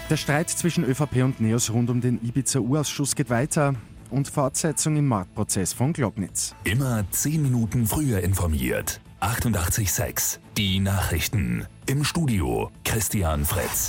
Der Streit zwischen ÖVP und NEOS rund um den Ibiza-U-Ausschuss geht weiter und Fortsetzung im Mordprozess von Gloggnitz. Immer 10 Minuten früher informiert. 88,6. Die Nachrichten. Im Studio Christian Fritz.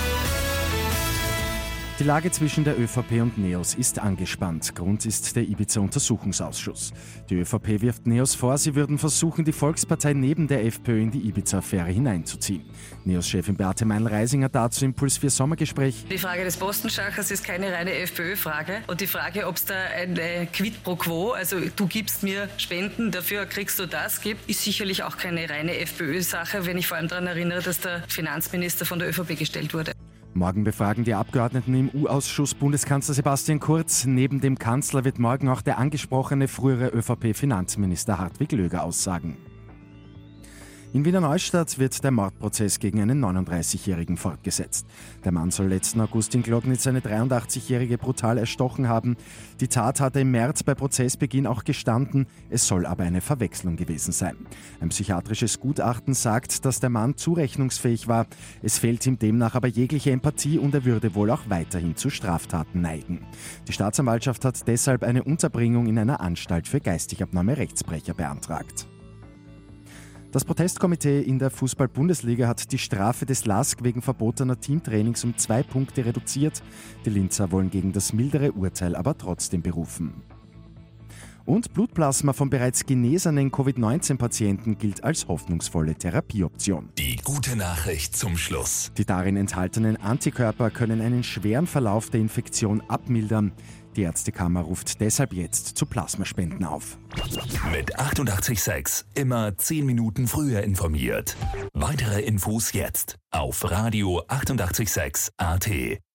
Die Lage zwischen der ÖVP und NEOS ist angespannt. Grund ist der Ibiza-Untersuchungsausschuss. Die ÖVP wirft NEOS vor, sie würden versuchen, die Volkspartei neben der FPÖ in die Ibiza-Affäre hineinzuziehen. NEOS-Chefin Beate Meinl-Reisinger dazu im Puls 4 Sommergespräch. Die Frage des Postenschachers ist keine reine FPÖ-Frage. Und die Frage, ob es da ein Quid pro quo, also du gibst mir Spenden, dafür kriegst du das, gibt, ist sicherlich auch keine reine FPÖ-Sache, wenn ich vor allem daran erinnere, dass der Finanzminister von der ÖVP gestellt wurde. Morgen befragen die Abgeordneten im U-Ausschuss Bundeskanzler Sebastian Kurz. Neben dem Kanzler wird morgen auch der angesprochene frühere ÖVP-Finanzminister Hartwig Löger aussagen. In Wiener Neustadt wird der Mordprozess gegen einen 39-Jährigen fortgesetzt. Der Mann soll letzten August in Gloggnitz eine 83-Jährige brutal erstochen haben. Die Tat hat er im März bei Prozessbeginn auch gestanden, es soll aber eine Verwechslung gewesen sein. Ein psychiatrisches Gutachten sagt, dass der Mann zurechnungsfähig war. Es fehlt ihm demnach aber jegliche Empathie und er würde wohl auch weiterhin zu Straftaten neigen. Die Staatsanwaltschaft hat deshalb eine Unterbringung in einer Anstalt für geistig abnorme Rechtsbrecher beantragt. Das Protestkomitee in der Fußball-Bundesliga hat die Strafe des LASK wegen verbotener Teamtrainings um 2 Punkte reduziert. Die Linzer wollen gegen das mildere Urteil aber trotzdem berufen. Und Blutplasma von bereits genesenen Covid-19-Patienten gilt als hoffnungsvolle Therapieoption. Die gute Nachricht zum Schluss. Die darin enthaltenen Antikörper können einen schweren Verlauf der Infektion abmildern. Die Ärztekammer ruft deshalb jetzt zu Plasmaspenden auf. Mit 88,6 immer 10 Minuten früher informiert. Weitere Infos jetzt auf Radio 88,6 AT.